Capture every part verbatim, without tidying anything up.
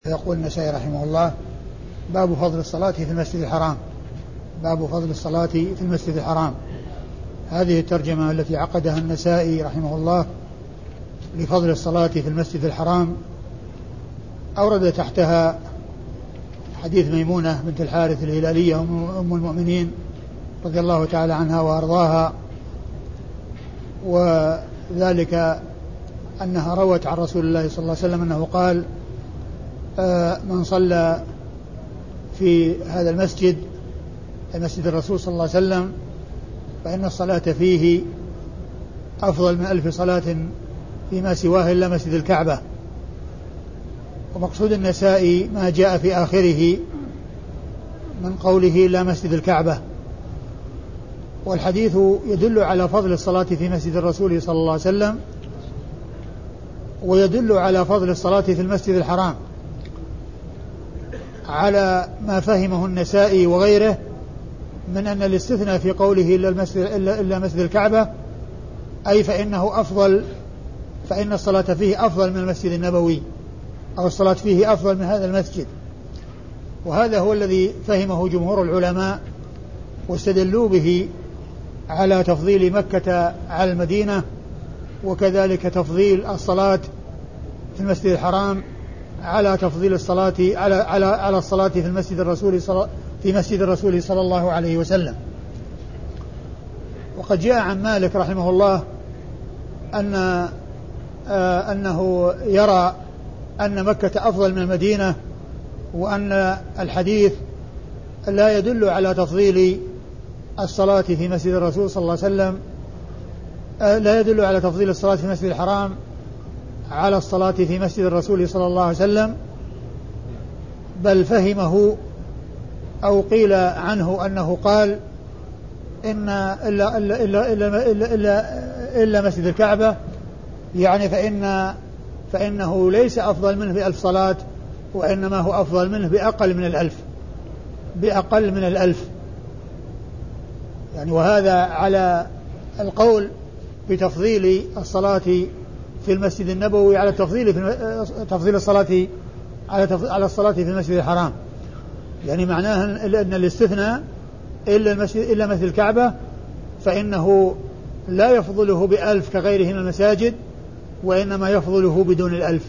يقول النسائي رحمه الله: باب فضل الصلاة في المسجد الحرام. باب فضل الصلاة في المسجد الحرام. هذه الترجمة التي عقدها النسائي رحمه الله لفضل الصلاة في المسجد الحرام أورد تحتها حديث ميمونة بنت الحارث الهلالية أم المؤمنين رضي الله تعالى عنها وأرضاها، وذلك أنها روت عن رسول الله صلى الله عليه وسلم أنه قال: من صلى في هذا المسجد مسجد الرسول صلى الله عليه وسلم فإن الصلاة فيه أفضل من ألف صلاة فيما سواه إلا مسجد الكعبة. ومقصود النسائي ما جاء في آخره من قوله لا مسجد الكعبة، والحديث يدل على فضل الصلاة في مسجد الرسول صلى الله عليه وسلم، ويدل على فضل الصلاة في المسجد الحرام على ما فهمه النسائي وغيره من أن الاستثناء في قوله إلا, المسجد إلا مسجد الكعبة أي فإنه أفضل، فإن الصلاة فيه أفضل من المسجد النبوي، أو الصلاة فيه أفضل من هذا المسجد. وهذا هو الذي فهمه جمهور العلماء واستدلوا به على تفضيل مكة على المدينة، وكذلك تفضيل الصلاة في المسجد الحرام على تفضيل الصلاة على على على الصلاة في المسجد الرسول صلى في مسجد الرسول صلى الله عليه وسلم. وقد جاء عن مالك رحمه الله أن آه أنه يرى أن مكة أفضل من المدينة، وأن الحديث لا يدل على تفضيل الصلاة في مسجد الرسول صلى الله عليه وسلم، آه لا يدل على تفضيل الصلاة في المسجد الحرام على الصلاة في مسجد الرسول صلى الله عليه وسلم، بل فهمه أو قيل عنه أنه قال إن إلا, إلا, إلا, إلا, إلا, إلا, إلا مسجد الكعبة، يعني فإن فإنه ليس أفضل منه بألف صلاة، وإنما هو أفضل منه بأقل من الألف بأقل من الألف يعني وهذا على القول بتفضيل الصلاة في المسجد النبوي على تفضيل في تفضيل الصلاة على على الصلاة في المسجد الحرام، يعني معناه أن الاستثناء إلا المسجد إلا مسجد الكعبة فإنه لا يفضله بألف كغيره من المساجد، وإنما يفضله بدون الألف.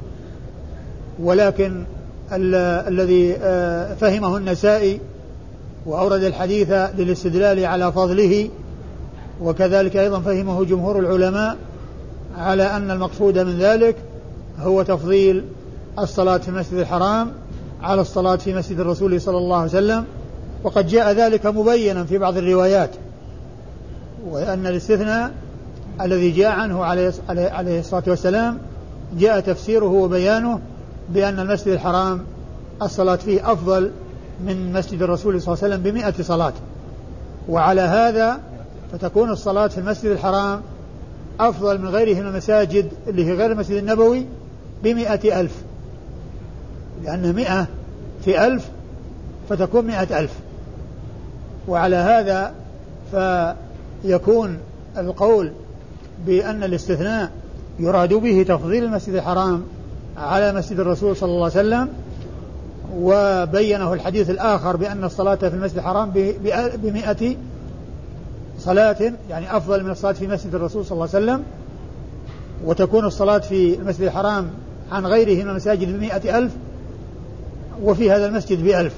ولكن الذي فهمه النسائي وأورد الحديث للاستدلال على فضله، وكذلك أيضا فهمه جمهور العلماء على أن المقصود من ذلك هو تفضيل الصلاة في المسجد الحرام على الصلاة في مسجد الرسول صلى الله عليه وسلم. وقد جاء ذلك مبينا في بعض الروايات، وأن الاستثناء الذي جاء عنه عليه الصلاة والسلام جاء تفسيره وبيانه بأن المسجد الحرام الصلاة فيه أفضل من مسجد الرسول صلى الله عليه وسلم بمئة صلاة، وعلى هذا فتكون الصلاة في المسجد الحرام أفضل من غيره من المساجد اللي في غير المسجد النبوي بمئة ألف، لأن مئة في ألف فتكون مئة ألف. وعلى هذا فيكون القول بأن الاستثناء يراد به تفضيل المسجد الحرام على مسجد الرسول صلى الله عليه وسلم، وبينه الحديث الآخر بأن الصلاة في المسجد الحرام بمئة صلاة، يعني أفضل من الصلاة في مسجد الرسول صلى الله عليه وسلم، وتكون الصلاة في المسجد الحرام عن غيره من المساجد بمئة ألف، وفي هذا المسجد بألف.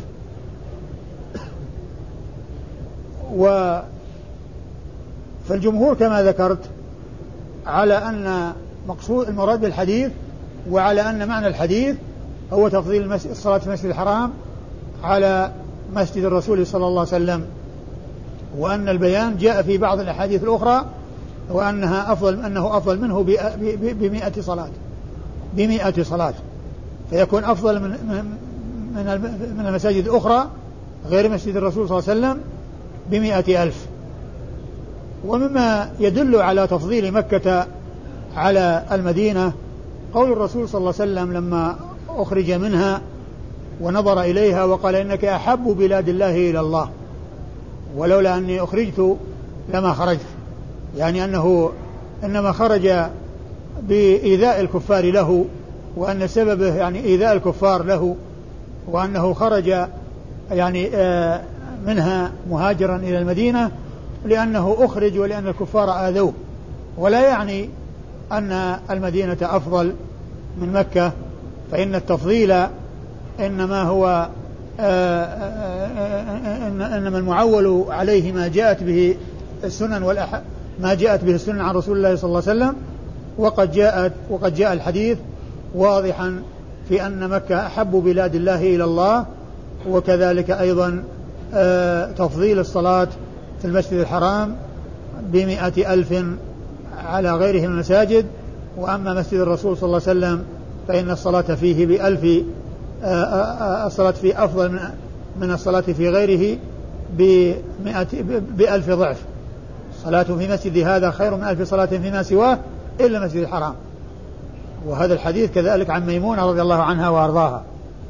و فالجمهور كما ذكرت على أن مقصود المراد بالحديث وعلى أن معنى الحديث هو تفضيل الصلاة في المسجد الحرام على مسجد الرسول صلى الله عليه وسلم، وأن البيان جاء في بعض الأحاديث الأخرى وأنها أفضل أنه أفضل منه بمئة صلاة بمئة صلاة فيكون أفضل من من من المساجد الأخرى غير مسجد الرسول صلى الله عليه وسلم بمئة ألف. ومما يدل على تفضيل مكة على المدينة قول الرسول صلى الله عليه وسلم لما أخرج منها ونظر إليها وقال: إنك أحب بلاد الله إلى الله، ولولا أني أخرجت لما خرجت، يعني أنه إنما خرج بإيذاء الكفار له وأن سببه يعني إيذاء الكفار له، وأنه خرج يعني منها مهاجرا إلى المدينة لأنه أخرج ولأن الكفار آذوه، ولا يعني أن المدينة أفضل من مكة، فإن التفضيل إنما هو إنما المعول عليه ما جاءت به السنن والأح ما جاءت به السنن عن رسول الله صلى الله عليه وسلم، وقد جاءت وقد جاء الحديث واضحا في أن مكة أحب بلاد الله إلى الله، وكذلك أيضا تفضيل الصلاة في المسجد الحرام بمئة ألف على غيره من المساجد. وأما مسجد الرسول صلى الله عليه وسلم فإن الصلاة فيه بألف الصلاة فيه أفضل من الصلاة في غيره بمئة بألف ضعف. صلاة في مسجد هذا خير من ألف صلاة فيما سواه إلا مسجد الحرام. وهذا الحديث كذلك عن ميمونة رضي الله عنها وأرضاها.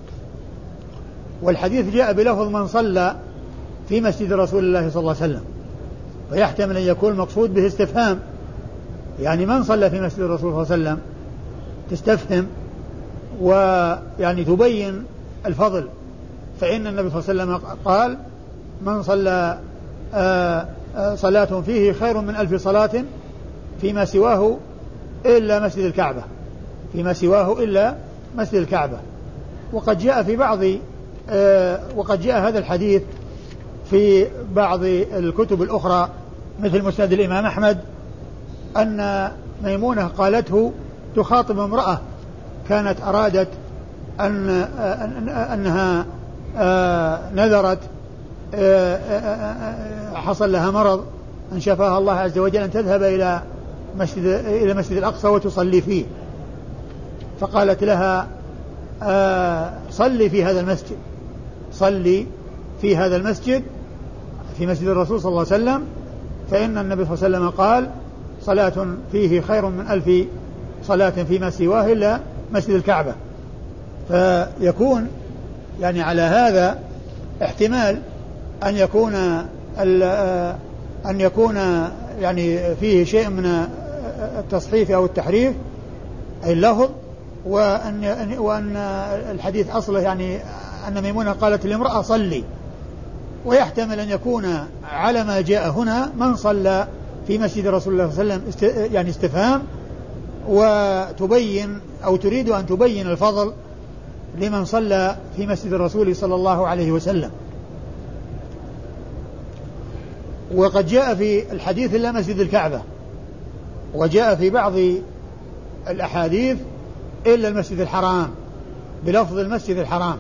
والحديث جاء بلفظ من صلى في مسجد رسول الله صلى الله عليه وسلم، ويحتمل أن يكون المقصود به استفهام، يعني من صلى في مسجد الرسول صلى الله عليه وسلم، تستفهم ويعني تبين الفضل. فإن النبي صلى الله عليه وسلم قال من صلى صلاة فيه خير من ألف صلاة فيما سواه إلا مسجد الكعبة، فيما سواه إلا مسجد الكعبة. وقد جاء في بعض وقد جاء هذا الحديث في بعض الكتب الأخرى مثل مسند الإمام أحمد أن ميمونة قالته تخاطب امرأة كانت أرادت أن أنها نذرت حصل لها مرض أن شفاها الله عز وجل أن تذهب إلى مسجد إلى مسجد الأقصى وتصلي فيه، فقالت لها صلي في هذا المسجد، صلي في هذا المسجد في مسجد الرسول صلى الله عليه وسلم، فإن النبي صلى الله عليه وسلم قال صلاة فيه خير من ألف صلاة فيما سواه إلا مسجد الكعبة. فيكون يعني على هذا احتمال أن يكون أن يكون يعني فيه شيء من التصحيف أو التحريف أي اللفظ، وأن وأن الحديث أصله يعني أن ميمونة قالت لامرأة صلي، ويحتمل أن يكون على ما جاء هنا من صلى في مسجد رسول الله صلى الله عليه وسلم يعني استفهام، وتبين أو تريد أن تبين الفضل لمن صلى في مسجد الرسول صلى الله عليه وسلم. وقد جاء في الحديث إلا مسجد الكعبة، وجاء في بعض الأحاديث إلا المسجد الحرام بلفظ المسجد الحرام.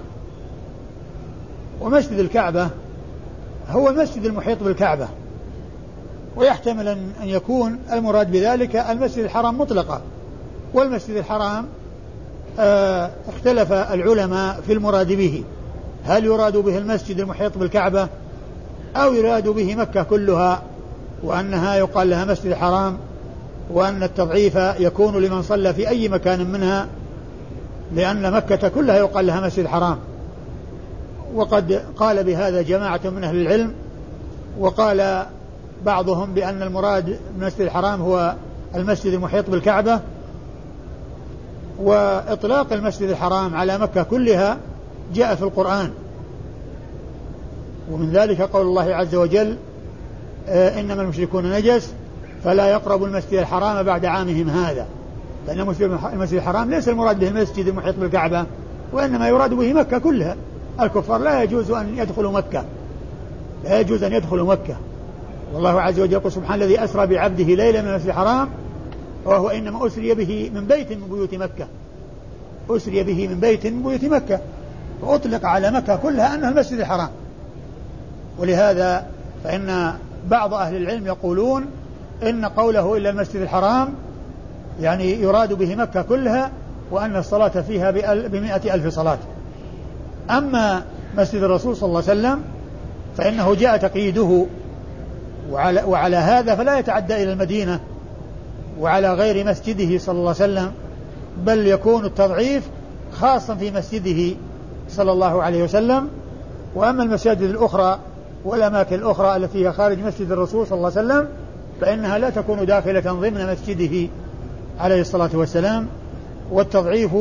ومسجد الكعبة هو المسجد المحيط بالكعبة، ويحتمل أن يكون المراد بذلك المسجد الحرام مطلقة، والمسجد الحرام اه اختلف العلماء في المراد به، هل يراد به المسجد المحيط بالكعبة أو يراد به مكة كلها وأنها يقال لها مسجد الحرام، وأن التضعيف يكون لمن صلى في أي مكان منها، لأن مكة كلها يقال لها مسجد الحرام. وقد قال بهذا جماعة من أهل العلم، وقال بعضهم بأن المراد المسجد الحرام هو المسجد المحيط بالكعبة، وإطلاق المسجد الحرام على مكة كلها جاء في القرآن، ومن ذلك قول الله عز وجل آه إنما المشركون نجس فلا يقربوا المسجد الحرام بعد عامهم هذا. فإن المسجد الحرام ليس المراد به المسجد المحيط بالكعبة، وإنما يراد به مكة كلها. الكفار لا يجوز أن يدخلوا مكة، لا يجوز أن يدخلوا مكة. والله عز وجل يقول سبحان الذي أسرى بعبده ليلا من المسجد الحرام وهو إنما أسري به من بيت من بيوت مكة، أسري به من بيت من بيوت مكة، فأطلق على مكة كلها أنها المسجد الحرام. ولهذا فإن بعض أهل العلم يقولون إن قوله إلا المسجد الحرام يعني يراد به مكة كلها، وأن الصلاة فيها بمئة ألف صلاة. أما مسجد الرسول صلى الله عليه وسلم فإنه جاء تقييده، وعلى, وعلى هذا فلا يتعدى إلى المدينة وعلى غير مسجده صلى الله عليه وسلم، بل يكون التضعيف خاصا في مسجده صلى الله عليه وسلم. وأما المساجد الأخرى والأماكن الأخرى التي هي خارج مسجد الرسول صلى الله عليه وسلم فإنها لا تكون داخلة ضمن مسجده عليه الصلاة والسلام. والتضعيف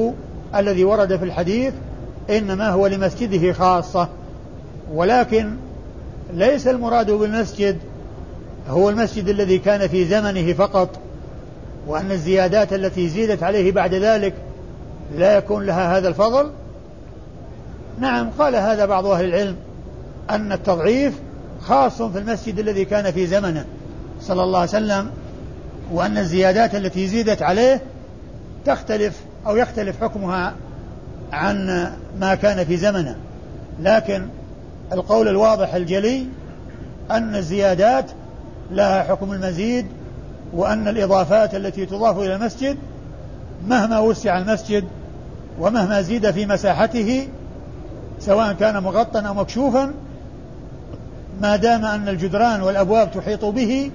الذي ورد في الحديث إنما هو لمسجده خاصة، ولكن ليس المراد بالمسجد هو المسجد الذي كان في زمنه فقط، وأن الزيادات التي زيدت عليه بعد ذلك لا يكون لها هذا الفضل. نعم، قال هذا بعض أهل العلم أن التضعيف خاص في المسجد الذي كان في زمنه صلى الله عليه وسلم، وأن الزيادات التي زيدت عليه تختلف أو يختلف حكمها عن ما كان في زمنه. لكن القول الواضح الجلي أن الزيادات لها حكم المزيد، وأن الإضافات التي تضاف إلى المسجد مهما وسع المسجد ومهما زيد في مساحته سواء كان مغطى أو مكشوفا، ما دام أن الجدران والأبواب تحيط به،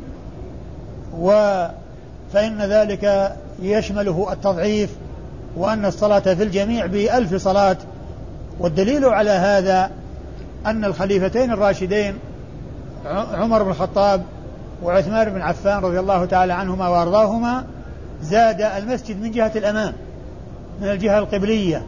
فإن ذلك يشمله التضعيف، وأن الصلاة في الجميع بألف صلاة. والدليل على هذا أن الخليفتين الراشدين عمر بن الخطاب وعثمان بن عفان رضي الله تعالى عنهما وأرضاهما زاد المسجد من جهة الأمام من الجهة القبلية.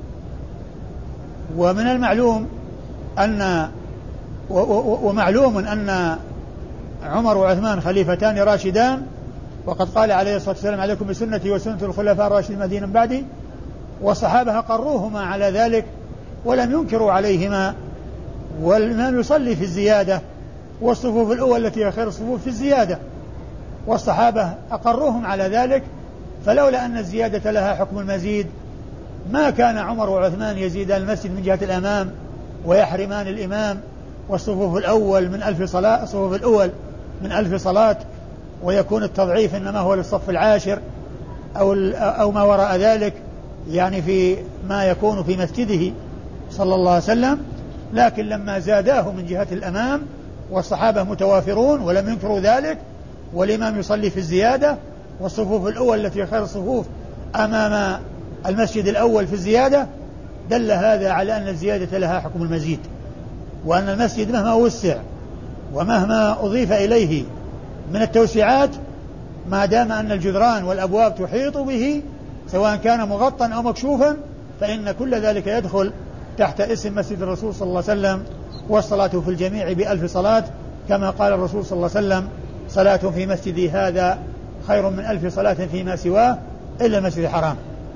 ومن المعلوم أن ومعلوم أن عمر وعثمان خليفتان راشدان، وقد قال عليه الصلاة والسلام عليكم بسنتي وسنة الخلفاء الراشدين المهديين من بعدي، والصحابة قروهما على ذلك ولم ينكروا عليهما، والإمام يصلي في الزيادة، والصفوف الأول التي هي خير الصفوف في الزيادة، والصحابة أقروهم على ذلك. فلولا أن الزيادة لها حكم المزيد ما كان عمر وعثمان يزيدان المسجد من جهة الأمام ويحرمان الإمام والصفوف الأول من ألف صلاة الصفوف الأول من ألف صلاة، ويكون التضعيف إنما هو للصف العاشر أو أو ما وراء ذلك، يعني في ما يكون في مسجده صلى الله عليه وسلم. لكن لما زاداه من جهة الأمام والصحابة متوافرون ولم ينكروا ذلك، والإمام يصلي في الزيادة، والصفوف الأول التي خير الصفوف أمام المسجد الأول في الزيادة، دل هذا على أن الزيادة لها حكم المزيد، وأن المسجد مهما وسع ومهما أضيف إليه من التوسعات ما دام أن الجدران والأبواب تحيط به سواء كان مغطى أو مكشوفا، فإن كل ذلك يدخل تحت اسم مسجد الرسول صلى الله عليه وسلم، والصلاة في الجميع بألف صلاة، كما قال الرسول صلى الله عليه وسلم: صلاة في مسجدي هذا خير من ألف صلاة فيما سواه إلا المسجد الحرام.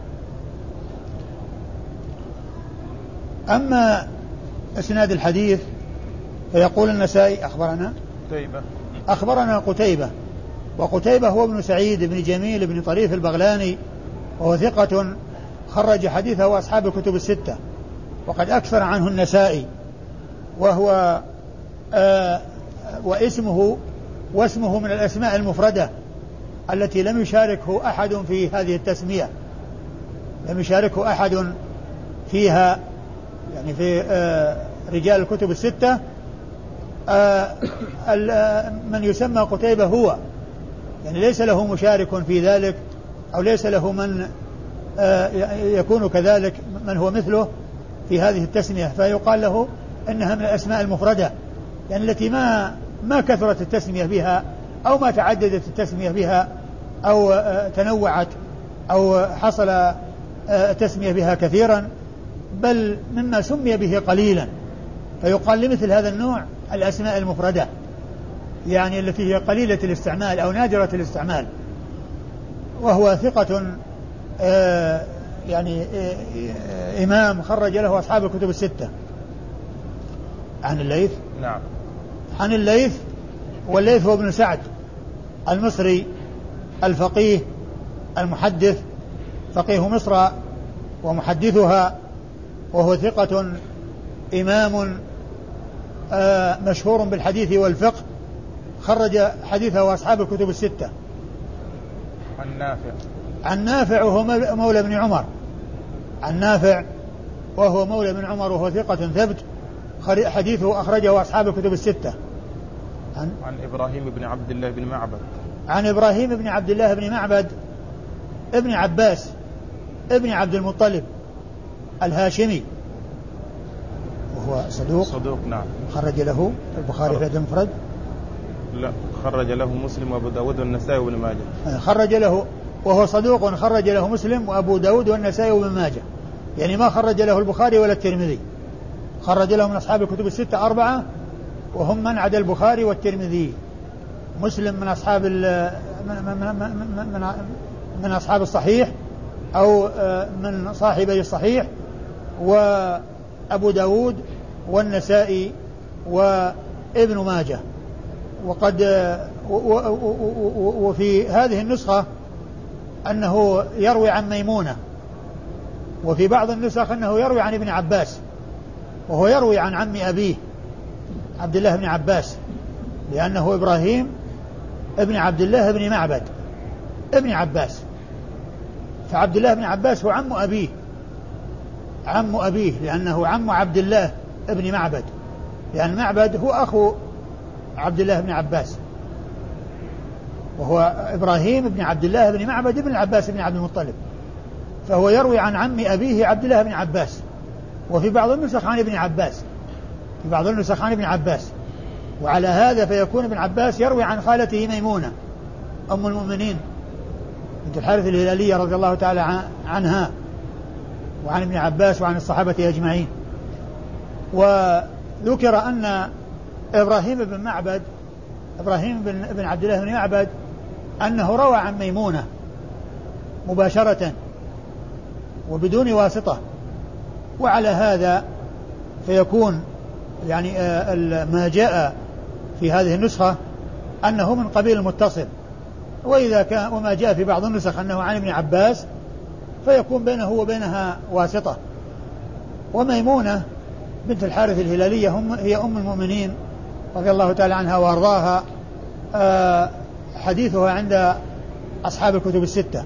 أما إسناد الحديث فيقول النسائي أخبرنا قتيبة أخبرنا قتيبة، وقتيبة هو ابن سعيد بن جميل بن طريف البغلاني، وهو ثقة خرج حديثه أصحاب الكتب الستة، وقد أكثر عنه النسائي، وهو آه واسمه واسمه من الأسماء المفردة التي لم يشاركه أحد في هذه التسمية، لم يشاركه أحد فيها، يعني في آه رجال الكتب الستة آه من يسمى قتيبة هو، يعني ليس له مشارك في ذلك، أو ليس له من آه يكون كذلك من هو مثله في هذه التسمية، فيقال له إنها من الأسماء المفردة، يعني التي ما ما كثرت التسمية بها أو ما تعددت التسمية بها أو آه تنوعت أو حصل آه تسمية بها كثيرا، بل مما سمي به قليلا، فيقال لمثل هذا النوع الأسماء المفردة، يعني التي هي قليلة الاستعمال أو نادرة الاستعمال. وهو ثقة آه يعني آه إمام خرج له أصحاب الكتب الستة. عن الليث نعم عن الليث والليث هو ابن سعد المصري الفقيه المحدث، فقيه مصر ومحدثها، وهو ثقة إمام آه مشهور بالحديث والفقه، خرج حديثه أصحاب الكتب الستة. عن نافع عن نافع وهو مولى ابن عمر عن نافع وهو مولى ابن عمر، وهو ثقة ثبت، حديثه أخرجه أصحاب الكتب الستة. عن, عن إبراهيم بن عبد الله بن معبد عن إبراهيم بن عبد الله بن معبد ابن عباس ابن عبد المطلب الهاشمي، وهو صدوق صدوق نعم. خرج له البخاري في المفرد؟ لا، خرج له مسلم وأبو داود والنسائي وابن ماجه. خرج له، وهو صدوق خرج له مسلم وأبو داود والنسائي وابن ماجه. يعني ما خرج له البخاري ولا الترمذي، خرج له من أصحاب الكتب الستة أربعة وهم من عدا البخاري والترمذي. مسلم من أصحاب من, من, من, من, من أصحاب الصحيح أو من صاحبي الصحيح، وأبو داود والنسائي وابن ماجه. وقد وفي هذه النسخة أنه يروي عن ميمونة، وفي بعض النسخ أنه يروي عن ابن عباس، وهو يروي عن عم أبيه عبد الله بن عباس، لأنه إبراهيم ابن عبد الله بن معبد ابن عباس، فعبد الله بن عباس هو عم أبيه عم أبيه لأنه عم عبد الله ابن معبد، لأن معبد هو أخو عبد الله بن عباس، وهو إبراهيم بن عبد الله بن معبد بن العباس بن عبد المطلب، فهو يروي عن عم أبيه عبد الله بن عباس. وفي بعض النسخ عن ابن عباس في بعض النسخ عن ابن عباس وعلى هذا فيكون ابن عباس يروي عن خالته ميمونة أم المؤمنين بنت الحارث الهلالية رضي الله تعالى عنها، وعن ابن عباس وعن الصحابة أجمعين. وذكر أن إبراهيم بن معبد إبراهيم بن, بن عبد الله بن معبد أنه روى عن ميمونة مباشرة وبدون واسطة، وعلى هذا فيكون يعني ما جاء في هذه النسخة أنه من قبيل المتصل، وإذا كان وما جاء في بعض النسخ أنه عن ابن عباس فيكون بينه وبينها واسطة. وميمونة بنت الحارث الهلالية هم هي أم المؤمنين رضي الله تعالى عنها وأرضاها، حديثها عند أصحاب الكتب الستة.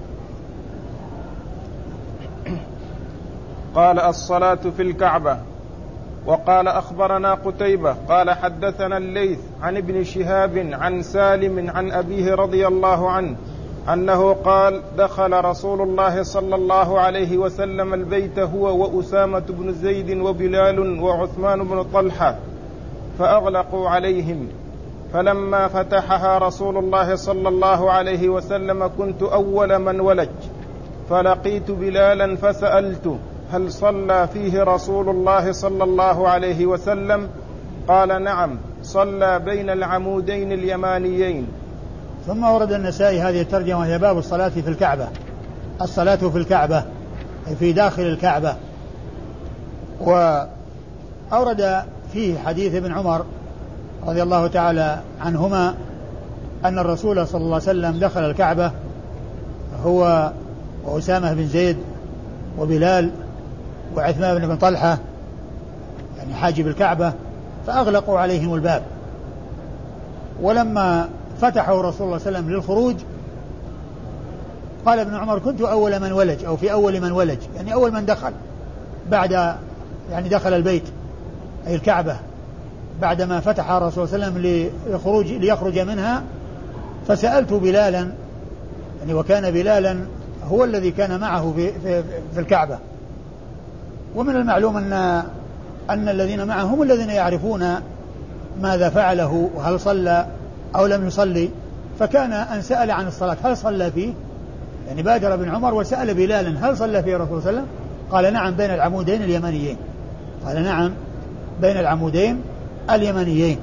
قال الصلاة في الكعبة. وقال أخبرنا قتيبة قال حدثنا الليث عن ابن شهاب عن سالم عن أبيه رضي الله عنه أنه قال دخل رسول الله صلى الله عليه وسلم البيت هو وأسامة بن زيد وبلال وعثمان بن طلحة فأغلقوا عليهم، فلما فتحها رسول الله صلى الله عليه وسلم كنت أول من ولج، فلقيت بلالا فسألته هل صلى فيه رسول الله صلى الله عليه وسلم؟ قال نعم، صلى بين العمودين اليمانيين. ثم ورد النسائي هذه الترجمة وهي باب الصلاة في الكعبة، الصلاة في الكعبة أي في داخل الكعبة. وأورد فيه حديث ابن عمر رضي الله تعالى عنهما أن الرسول صلى الله عليه وسلم دخل الكعبة هو وأسامة بن زيد وبلال وعثمان بن طلحة يعني حاجب الكعبة، فأغلقوا عليهم الباب. ولما فتحوا رسول الله صلى الله عليه وسلم للخروج قال ابن عمر كنت أول من ولج أو في أول من ولج، يعني أول من دخل بعد يعني دخل البيت أي الكعبة بعدما فتح الرسول صلى الله عليه وسلم ليخرج, ليخرج منها. فسألت بلالا يعني وكان بلالا هو الذي كان معه في, في, في الكعبة. ومن المعلوم أن, أن الذين معه هم الذين يعرفون ماذا فعله وهل صلى أو لم يصلي، فكان أن سأل عن الصلاة هل صلى فيه، يعني بادر ابن عمر وسأل بلالا هل صلى فيه الرسول صلى الله عليه وسلم؟ قال نعم بين العمودين اليمانيين قال نعم بين العمودين اليمانيين.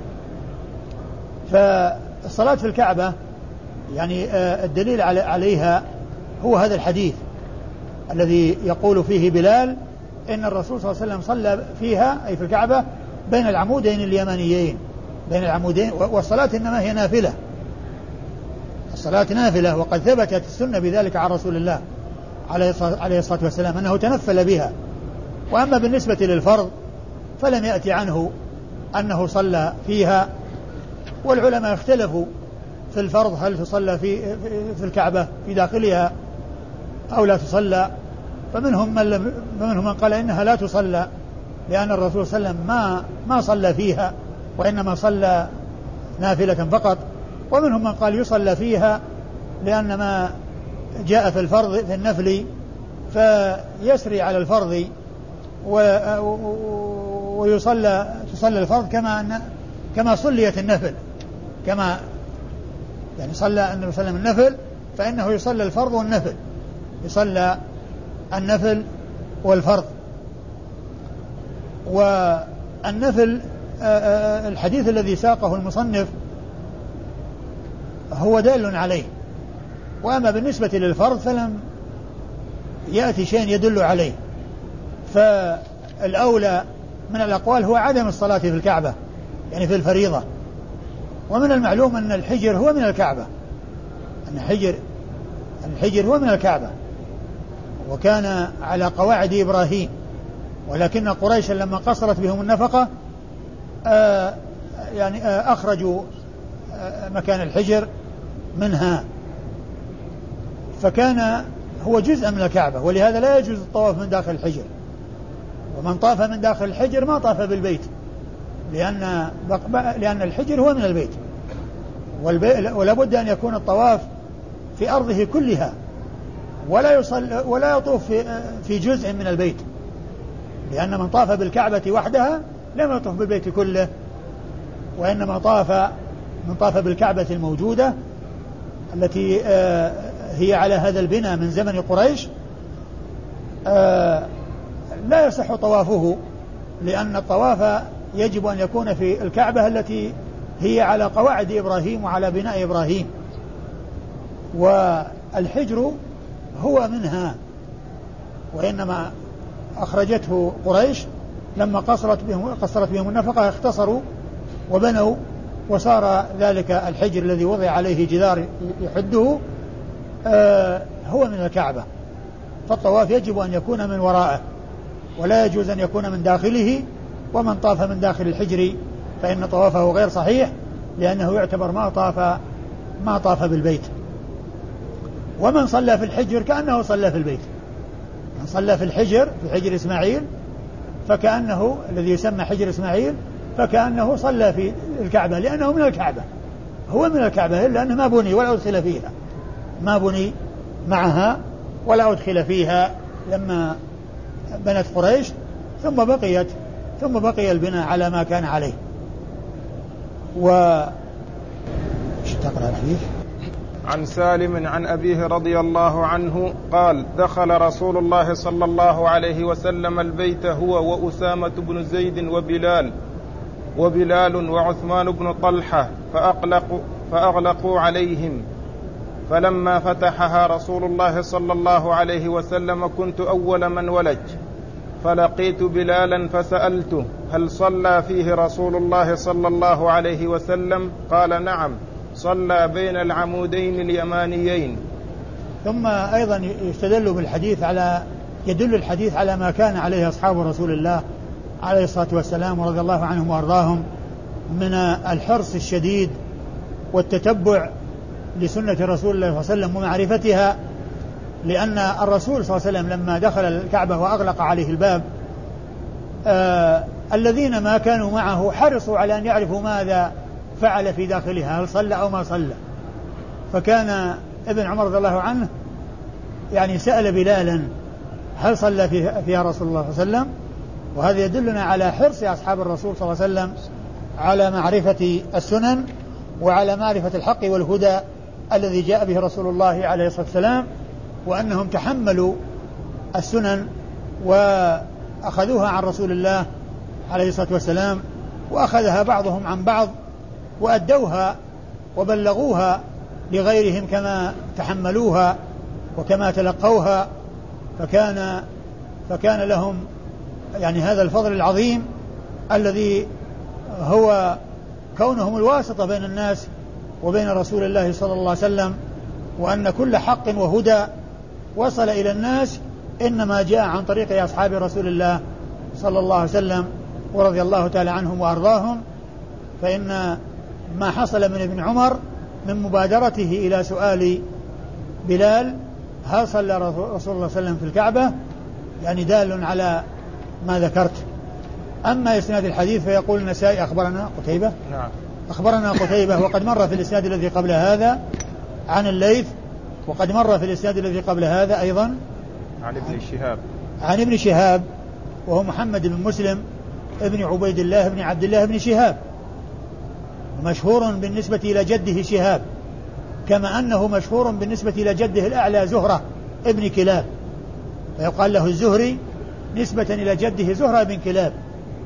فالصلاة في الكعبة يعني الدليل عليها هو هذا الحديث الذي يقول فيه بلال إن الرسول صلى الله عليه وسلم صلى فيها أي في الكعبة بين العمودين اليمانيين بين العمودين. والصلاة إنما هي نافلة، الصلاة نافلة، وقد ثبتت السنة بذلك عن رسول الله عليه الصلاة والسلام أنه تنفل بها. وأما بالنسبة للفرض فلم يأتي عنه أنه صلى فيها، والعلماء اختلفوا في الفرض هل تصلى في, في الكعبة في داخلها أو لا تصلى. فمنهم من, لم فمنهم من قال إنها لا تصلى لأن الرسول صلى الله عليه وسلم ما, ما صلى فيها وإنما صلى نافلة فقط. ومنهم من قال يصلى فيها لأن ما جاء في الفرض في النفل فيسري على الفرض ويصلى تصلى الفرض كما أن كما صليت النفل، كما يعني صلى النبي صلى الله عليه وسلم النفل فإنه يصلى الفرض والنفل، يصلى النفل والفرض. والنفل الحديث الذي ساقه المصنف هو دال عليه، وأما بالنسبة للفرض فلم يأتي شيء يدل عليه. فالأولى من الأقوال هو عدم الصلاة في الكعبة يعني في الفريضة. ومن المعلوم أن الحجر هو من الكعبة، أن الحجر الحجر هو من الكعبة وكان على قواعد إبراهيم، ولكن قريشا لما قصرت بهم النفقة آه يعني آه أخرجوا آه مكان الحجر منها، فكان هو جزء من الكعبة، ولهذا لا يجوز الطواف من داخل الحجر. ومن طاف من داخل الحجر ما طاف بالبيت، لأن لأن الحجر هو من البيت، ولا بد أن يكون الطواف في أرضه كلها، ولا يصل ولا يطوف في في جزء من البيت، لأن من طاف بالكعبة وحدها لم يطوف بالبيت كله، وإنما طاف من طاف بالكعبة الموجودة التي هي على هذا البناء من زمن قريش لا يصح طوافه، لأن الطواف يجب أن يكون في الكعبة التي هي على قواعد إبراهيم وعلى بناء إبراهيم، والحجر هو منها، وإنما أخرجته قريش لما قصرت بهم, قصرت بهم النفقة اختصروا وبنوا، وصار ذلك الحجر الذي وضع عليه جدار يحده آه هو من الكعبة. فالطواف يجب أن يكون من وراءه ولا يجوز أن يكون من داخله، ومن طاف من داخل الحجر فإن طوافه غير صحيح، لأنه يعتبر ما طاف ما طاف بالبيت. ومن صلى في الحجر كأنه صلى في البيت، من صلى في الحجر في حجر إسماعيل فكأنه الذي يسمى حجر إسماعيل فكأنه صلى في الكعبة، لأنه من الكعبة، هو من الكعبة، إلا أنه ما بني ولا أدخل فيها، ما بني معها ولا أدخل فيها لما بنت قريش، ثم بقيت ثم بقي البناء على ما كان عليه. و ايش تقرأ فيه؟ عن سالم عن أبيه رضي الله عنه قال: دخل رسول الله صلى الله عليه وسلم البيت هو وأسامة بن زيد وبلال وبلال وعثمان بن طلحة فأغلقوا, فأغلقوا عليهم، فلما فتحها رسول الله صلى الله عليه وسلم كنت أول من ولج، فلقيت بلالا فسألته: هل صلى فيه رسول الله صلى الله عليه وسلم؟ قال: نعم، صلى بين العمودين اليمانيين. ثم أيضا يستدل بالحديث على يدل الحديث على ما كان عليه أصحاب رسول الله عليه الصلاة والسلام ورضي الله عنهم وأرضاهم من الحرص الشديد والتتبع لسنة رسول الله صلى الله عليه وسلم ومعرفتها، لأن الرسول صلى الله عليه وسلم لما دخل الكعبة وأغلق عليه الباب آه الذين ما كانوا معه حرصوا على أن يعرفوا ماذا فعل في داخلها، هل صلى أو ما صلى. فكان ابن عمر رضي الله عنه يعني سأل بلالا: هل صلى فيها رسول الله صلى الله عليه وسلم؟ وهذا يدلنا على حرص أصحاب الرسول صلى الله عليه وسلم على معرفة السنن وعلى معرفة الحق والهدى الذي جاء به رسول الله عليه الصلاة والسلام، وأنهم تحملوا السنن وأخذوها عن رسول الله عليه الصلاة والسلام، وأخذها بعضهم عن بعض وأدوها وبلغوها لغيرهم كما تحملوها وكما تلقوها، فكان فكان لهم يعني هذا الفضل العظيم الذي هو كونهم الواسطة بين الناس وبين رسول الله صلى الله عليه وسلم، وأن كل حق وهدى وصل إلى الناس إنما جاء عن طريق أصحاب رسول الله صلى الله عليه وسلم ورضي الله تعالى عنهم وأرضاهم. فإن ما حصل من ابن عمر من مبادرته إلى سؤال بلال هل صلى رسول الله صلى الله عليه وسلم في الكعبة يعني دال على ما ذكرت. أما إسناد الحديث فيقول النسائي أخبرنا قتيبة نعم. أخبرنا قتيبة، وقد مر في الإسناد الذي قبل هذا عن الليث، وقد مر في الإسناد الذي قبل هذا أيضا عن ابن شهاب عن ابن شهاب وهو محمد بن مسلم ابن عبيد الله بن عبد الله بن شهاب، مشهور بالنسبة إلى جده شهاب، كما أنه مشهور بالنسبة إلى جده الأعلى زهرة ابن كلاب، فيقال له الزهري نسبة إلى جده زهرة بن كلاب،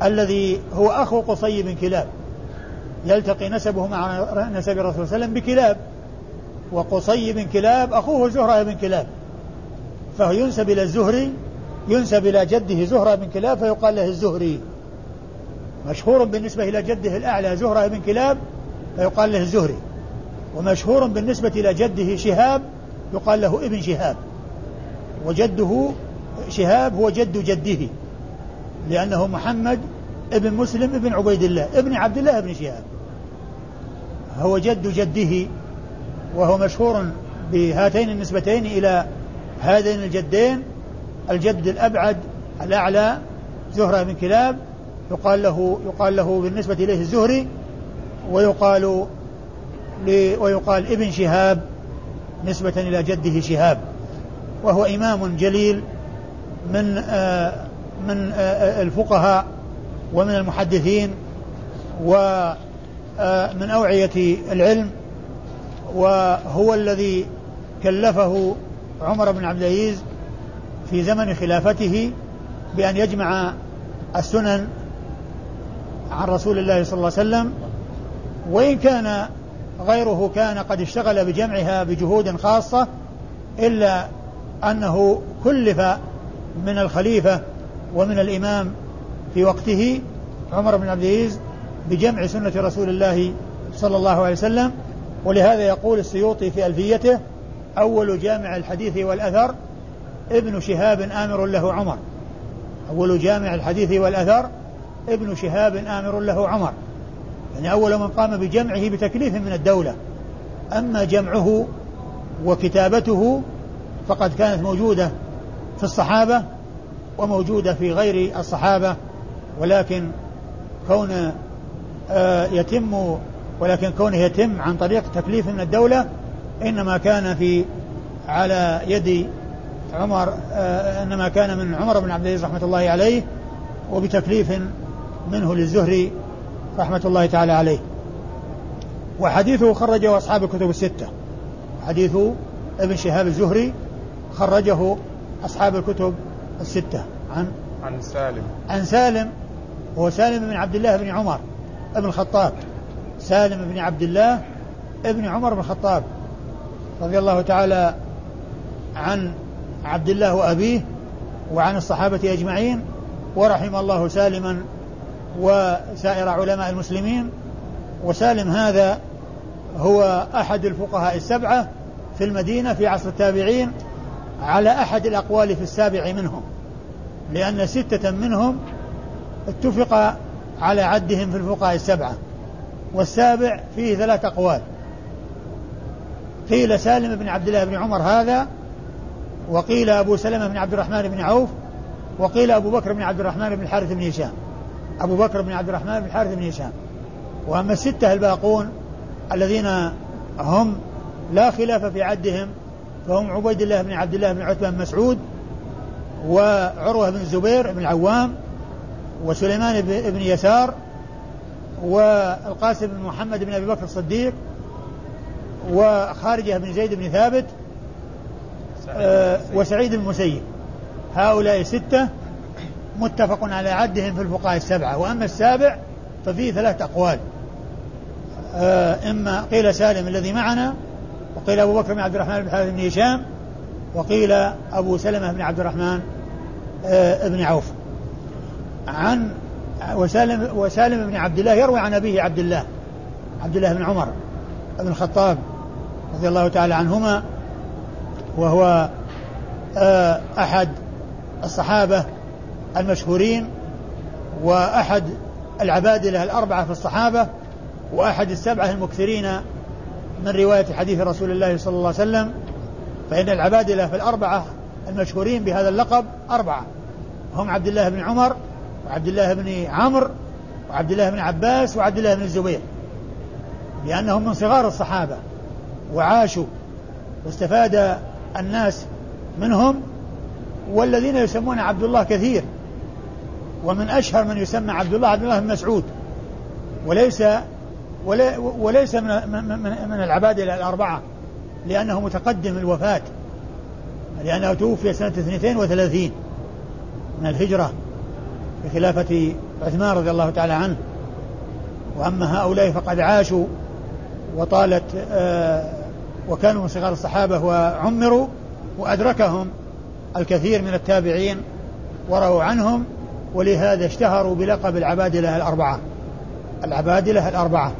الذي هو أخو قصي بن كلاب، يلتقي نسبه مع نسب الرسول صلى الله عليه وسلم بكلاب، وقصي بن كلاب أخوه زهرة بن كلاب، فهو ينسب إلى الزهري، ينسب إلى جده زهرة بن كلاب فيقال له الزهري، مشهور بالنسبة إلى جده الأعلى زهرة بن كلاب فيقال له الزهري، ومشهور بالنسبة إلى جده شهاب يقال له ابن شهاب، وجده شهاب هو جد جده لأنه محمد ابن مسلم ابن عبيد الله ابن عبد الله ابن شهاب، هو جد جده، وهو مشهور بهاتين النسبتين إلى هذين الجدين، الجد الأبعد الأعلى زهرة بن كلاب يقال له يقال له بالنسبة إليه الزهري، ويقال ويقال ابن شهاب نسبة إلى جده شهاب، وهو إمام جليل من آه من آه الفقهاء ومن المحدثين ومن أوعية العلم، وهو الذي كلفه عمر بن عبد العزيز في زمن خلافته بأن يجمع السنن عن رسول الله صلى الله عليه وسلم، وإن كان غيره كان قد اشتغل بجمعها بجهود خاصة، إلا أنه كلف من الخليفة ومن الإمام في وقته عمر بن عبد العزيز بجمع سنة رسول الله صلى الله عليه وسلم. ولهذا يقول السيوطي في ألفيته: أول جامع الحديث والأثر ابن شهاب آمر له عمر. أول جامع الحديث والأثر ابن شهاب آمر له عمر، يعني أول من قام بجمعه بتكليف من الدولة. أما جمعه وكتابته فقد كانت موجودة في الصحابة وموجودة في غير الصحابة، ولكن كون آه يتم ولكن كونه يتم عن طريق تكليف من الدولة إنما كان في على يد عمر آه إنما كان من عمر بن عبد العزيز رحمة الله عليه، وبتكليف منه للزهري رحمة الله تعالى عليه. وحديثه خرجه أصحاب الكتب الستة، حديث ابن شهاب الزهري خرجه أصحاب الكتب الستة. عن عن سالم عن سالم هو سالم بن عبد الله بن عمر ابن الخطاب، سالم بن عبد الله ابن عمر بن الخطاب رضي الله تعالى عن عبد الله وأبيه وعن الصحابة أجمعين، ورحم الله سالما وسائر علماء المسلمين. وسالم هذا هو أحد الفقهاء السبعة في المدينة في عصر التابعين، على أحد الأقوال في السابع منهم، لأن ستة منهم اتفق على عدهم في الفقهاء السبعة، والسابع فيه ثلاث أقوال. قيل سالم بن عبد الله بن عمر هذا، وقيل أبو سلمة بن عبد الرحمن بن عوف، وقيل أبو بكر بن عبد الرحمن بن الحارث بن هشام أبو بكر بن عبد الرحمن بن الحارث بن هشام. وأما الستة الباقون الذين هم لا خلاف في عدهم فهم عبيد الله بن عبد الله بن عتبة بن مسعود، وعروة بن الزبير بن العوام، وسليمان بن يسار، والقاسم بن محمد بن أبي بكر الصديق، وخارجة بن زيد بن ثابت، آه وسعيد بن المسيب. هؤلاء ستة متفق على عدهم في الفقهاء السبعة. وأما السابع ففيه ثلاث أقوال، آه إما قيل سالم الذي معنا، وقيل أبو بكر بن عبد الرحمن بن الحارث بن هشام، وقيل أبو سلمة بن عبد الرحمن آه بن عوف. عن وسالم, وسالم بن عبد الله يروي عن أبيه عبد الله عبد الله بن عمر بن الخطاب رضي الله تعالى عنهما، وهو آه أحد الصحابة المشهورين، وأحد العبادلة الأربعة في الصحابة، وأحد السبعة المكثرين من رواية حديث رسول الله صلى الله عليه وسلم. فإن العبادلة في الأربعة المشهورين بهذا اللقب أربعة، هم عبد الله بن عمر، وعبد الله بن عمرو، وعبد الله بن عباس، وعبد الله بن الزبير، لأنهم من صغار الصحابة وعاشوا واستفاد الناس منهم. والذين يسمون عبد الله كثير، ومن أشهر من يسمى عبد الله عبد الله بن مسعود، وليس وليس من, من, من العبادلة الأربعة، لأنه متقدم الوفاة، لأنه توفي سنة اثنتين وثلاثين من الهجرة بخلافة عثمان رضي الله تعالى عنه. وأما هؤلاء فقد عاشوا وطالت آه وكانوا من صغار الصحابة وعمروا، وأدركهم الكثير من التابعين وروا عنهم، ولهذا اشتهروا بلقب العبادلة الأربعة العبادلة الأربعة.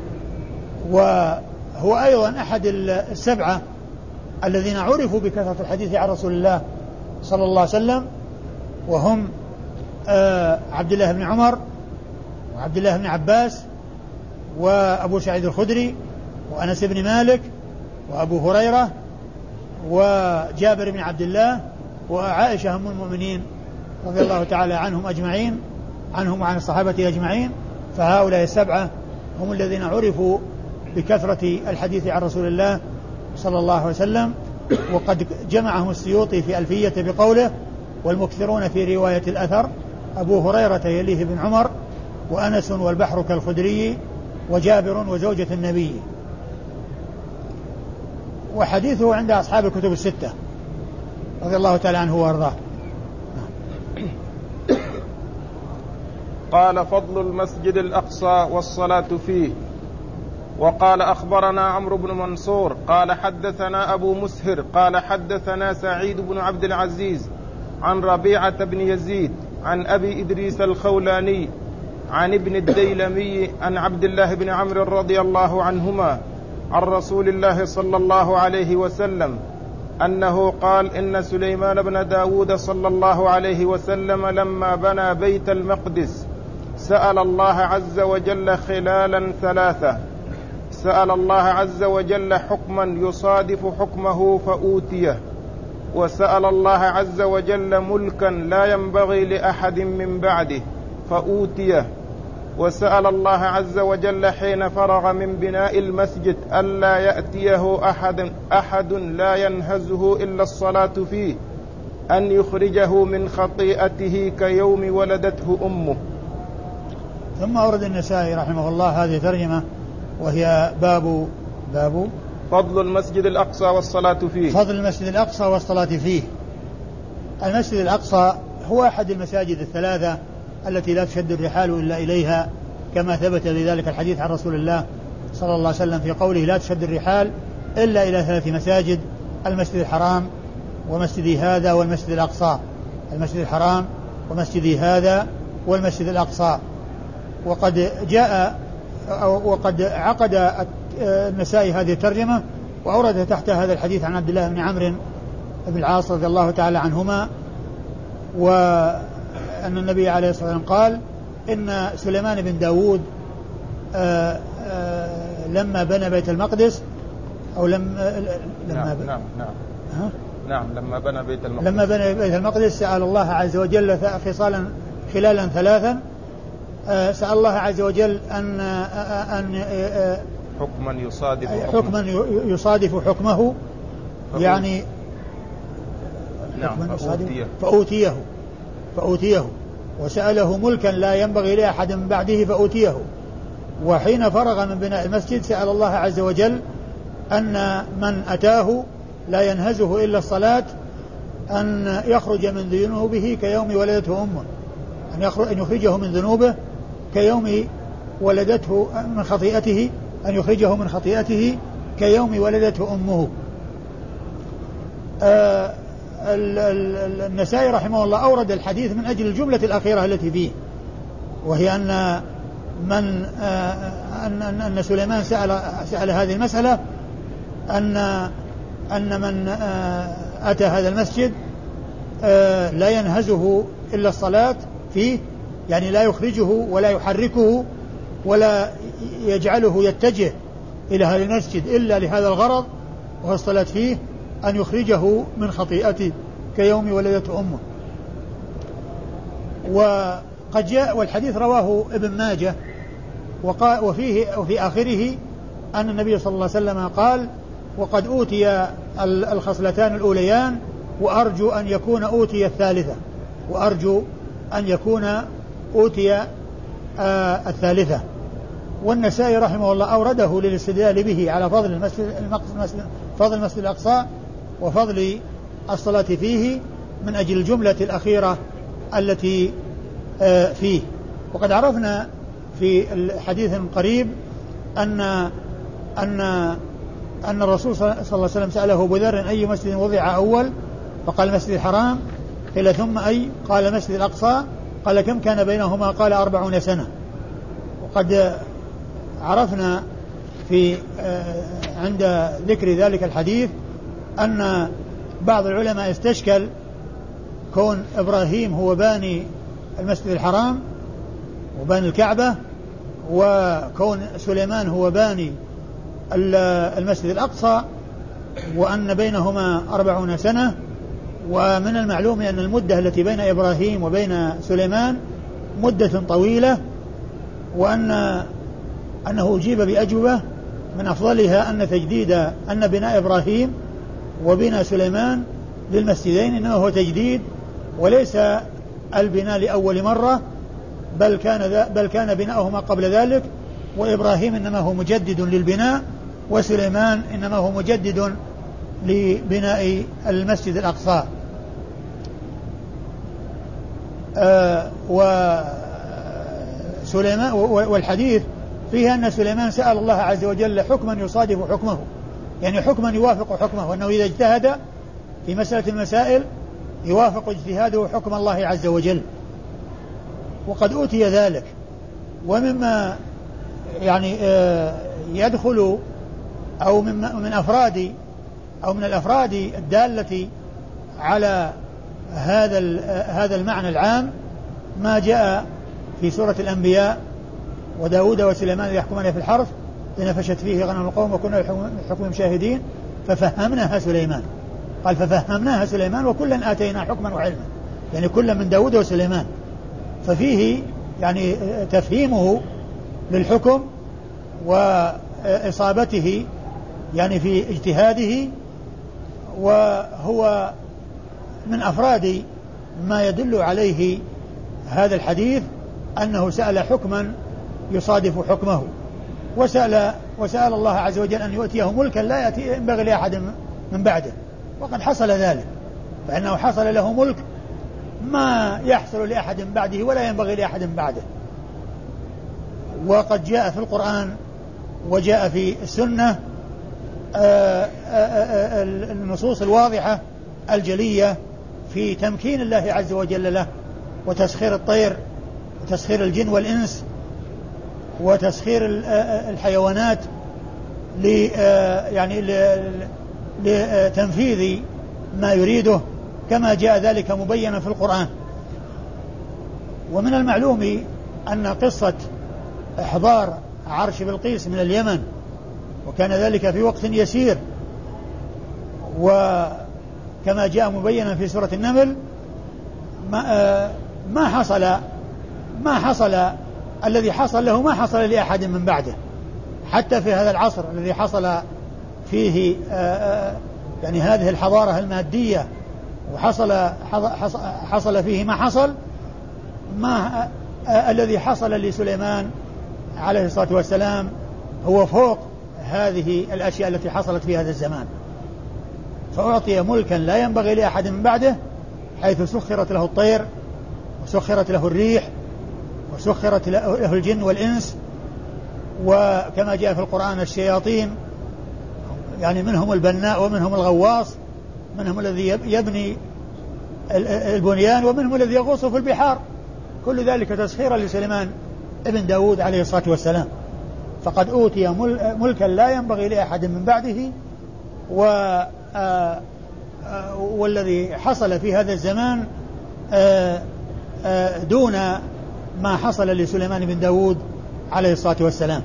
وهو أيضا أحد السبعة الذين عرفوا بكثرة الحديث عن رسول الله صلى الله عليه وسلم، وهم آه عبد الله بن عمر وعبد الله بن عباس وأبو سعيد الخدري وأنس بن مالك وأبو هريرة وجابر بن عبد الله وعائشة أم المؤمنين رضي الله تعالى عنهم أجمعين عنهم وعن الصحابة أجمعين. فهؤلاء السبعة هم الذين عرفوا بكثرة الحديث عن رسول الله صلى الله عليه وسلم. وقد جمعهم السيوطي في ألفية بقوله: والمكثرون في رواية الأثر أبو هريرة يليه بن عمر، وأنس والبحر كالخدري، وجابر وزوجة النبي. وحديثه عند أصحاب الكتب الستة رضي الله تعالى عنه وارضاه. قال: فضل المسجد الأقصى والصلاة فيه. وقال: أخبرنا عمرو بن منصور قال حدثنا أبو مسهر قال حدثنا سعيد بن عبد العزيز عن ربيعة بن يزيد عن أبي إدريس الخولاني عن ابن الديلمي عن عبد الله بن عمرو رضي الله عنهما عن رسول الله صلى الله عليه وسلم أنه قال: إن سليمان بن داود صلى الله عليه وسلم لما بنى بيت المقدس سأل الله عز وجل خلالا ثلاثة: سأل الله عز وجل حكما يصادف حكمه فأوتيه، وسأل الله عز وجل ملكا لا ينبغي لأحد من بعده فأوتيه، وسأل الله عز وجل حين فرغ من بناء المسجد ألا يأتيه أحد, أحد لا ينهزه إلا الصلاة فيه أن يخرجه من خطيئته كيوم ولدته أمه. ثم أورد النسائي رحمه الله هذه ترجمة، وهي باب باب فضل المسجد الأقصى والصلاة فيه. فضل المسجد الأقصى والصلاة فيه. المسجد الأقصى هو أحد المساجد الثلاثة التي لا تشد الرحال إلا إليها، كما ثبت بذلك الحديث عن رسول الله صلى الله عليه وسلم في قوله: لا تشد الرحال إلا إلى ثلاث مساجد: المسجد الحرام ومسجدي هذا والمسجد الأقصى. المسجد الحرام ومسجدي هذا والمسجد الأقصى. وقد جاء أو وقد عقد النسائي هذه الترجمة وأورد تحت هذا الحديث عن عبد الله بن عمرو بن العاص رضي الله تعالى عنهما، وأن النبي عليه الصلاة والسلام قال: إن سليمان بن داود آآ آآ لما بنى بيت المقدس أو لم لما نعم بنى نعم نعم, ها؟ نعم لما بنى بيت المقدس لما بنى بيت المقدس سأل الله عز وجل خصالا خلالا ثلاثا. سأل الله عز وجل أن أن حكما يصادف حكما يصادف حكمه، يعني نعم فأوتيه. فأوتيه فأوتيه وسأله ملكا لا ينبغي لأحد من بعده فأوتيه. وحين فرغ من بناء المسجد سأل الله عز وجل أن من أتاه لا ينهزه إلا الصلاة أن يخرج من ذنوبه كيوم ولدته أمه، أن يخرجه من ذنوبه كيوم ولدته من خطيئته أن يخرجه من خطيئته كيوم ولدته أمه. آه النسائي رحمه الله أورد الحديث من أجل الجملة الأخيرة التي فيه، وهي أن من آه أن, أن سليمان سأل, سأل هذه المسألة أن أن من آه أتى هذا المسجد آه لا ينهزه إلا الصلاة فيه، يعني لا يخرجه ولا يحركه ولا يجعله يتجه إلى هذا المسجد إلا لهذا الغرض، وهو الصلاة فيه، أن يخرجه من خطيئته كيوم ولدته أمه. وقد جاء والحديث رواه ابن ماجه وفيه وفي آخره أن النبي صلى الله عليه وسلم قال: وقد أوتي الخصلتان الأوليان وأرجو أن يكون أوتي الثالثة وأرجو أن يكون أوتي آه الثالثة. والنسائي رحمه الله أورده للاستدلال به على فضل المسجد, المسجد فضل المسجد الأقصى وفضل الصلاة فيه من أجل الجملة الأخيرة التي آه فيه. وقد عرفنا في حديث قريب أن أن أن الرسول صلى الله عليه وسلم سأله أبو ذر أي مسجد وضع أول؟ فقال المسجد الحرام. قيل ثم أي؟ قال المسجد الأقصى. قال كم كان بينهما؟ قال أربعون سنة. وقد عرفنا في عند ذكر ذلك الحديث أن بعض العلماء استشكل كون إبراهيم هو باني المسجد الحرام وباني الكعبة، وكون سليمان هو باني المسجد الأقصى، وأن بينهما أربعون سنة. ومن المعلوم أن المدة التي بين إبراهيم وبين سليمان مدة طويلة، وأن أنه أجيب بأجوبة من أفضلها أن تجديد أن بناء إبراهيم وبناء سليمان للمسجدين إنه هو تجديد وليس البناء لأول مرة، بل كان بل كان بناؤهما قبل ذلك، وإبراهيم إنما هو مجدد للبناء، وسليمان إنما هو مجدد لبناء المسجد الأقصى. آه وسليمان والحديث فيه أن سليمان سأل الله عز وجل حكما يصادف حكمه، يعني حكما يوافق حكمه، وأنه إذا اجتهد في مسألة المسائل يوافق اجتهاده حكم الله عز وجل، وقد أوتي ذلك. ومما يعني يدخل أو من أفراد أو من الأفراد الدالة على هذا هذا المعنى العام ما جاء في سورة الأنبياء: وداود وسليمان يحكمان في الحرث إذ نفشت فيه غنم القوم وكنا لحكمهم شاهدين ففهمناها سليمان. قال ففهمناها سليمان وكلا آتينا حكما وعلما، يعني كلا من داود وسليمان، ففيه يعني تفهيمه للحكم وإصابته يعني في اجتهاده. وهو من أفراد ما يدل عليه هذا الحديث أنه سأل حكما يصادف حكمه، وسأل, وسأل الله عز وجل أن يؤتيه ملكا لا ينبغي لأحد من بعده، وقد حصل ذلك، فإنه حصل له ملك ما يحصل لأحد بعده ولا ينبغي لأحد بعده. وقد جاء في القرآن وجاء في السنة النصوص الواضحة الجلية في تمكين الله عز وجل له، وتسخير الطير وتسخير الجن والإنس وتسخير الحيوانات يعني لتنفيذ ما يريده كما جاء ذلك مبينا في القرآن. ومن المعلوم أن قصة إحضار عرش بلقيس من اليمن وكان ذلك في وقت يسير، وكما جاء مبينا في سورة النمل ما, ما حصل ما حصل الذي حصل له ما حصل لأحد من بعده، حتى في هذا العصر الذي حصل فيه يعني هذه الحضارة المادية وحصل حصل فيه ما حصل، ما الذي حصل لسليمان عليه الصلاة والسلام هو فوق هذه الأشياء التي حصلت في هذا الزمان، فأعطي ملكا لا ينبغي لأحد من بعده، حيث سخرت له الطير وسخرت له الريح وسخرت له الجن والإنس، وكما جاء في القرآن الشياطين، يعني منهم البناء ومنهم الغواص، منهم الذي يبني البنيان ومنهم الذي يغوص في البحار، كل ذلك تسخيرا لسليمان ابن داود عليه الصلاة والسلام. فقد أوتي ملكا لا ينبغي لأحد من بعده، و والذي حصل في هذا الزمان دون ما حصل لسليمان بن داود عليه الصلاة والسلام.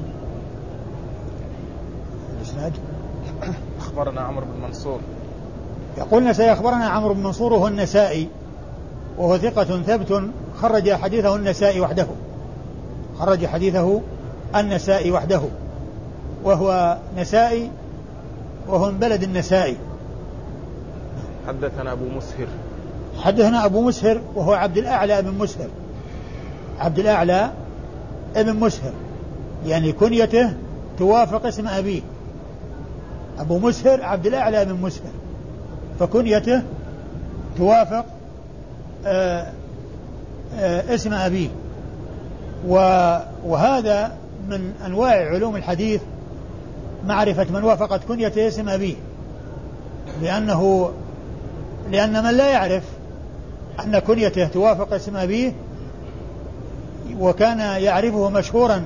أخبرنا عمرو بن منصور يقولنا سيخبرنا عمرو بن منصور وهو النسائي، وهو ثقة ثبت خرج حديثه النسائي وحده خرج حديثه النسائي وحده وهو نسائي وهو من بلد النسائي. حدثنا أبو مسهر حدثنا أبو مسهر وهو عبد الأعلى بن مسهر عبد الأعلى ابن مسهر، يعني كنيته توافق اسم أبيه، أبو مسهر عبد الأعلى بن مسهر، فكنيته توافق آآ آآ اسم أبيه. وهذا من أنواع علوم الحديث معرفة من وافقت كنيته اسم أبيه، لأنه لأن من لا يعرف أن كنيته توافق اسم أبيه وكان يعرفه مشهورا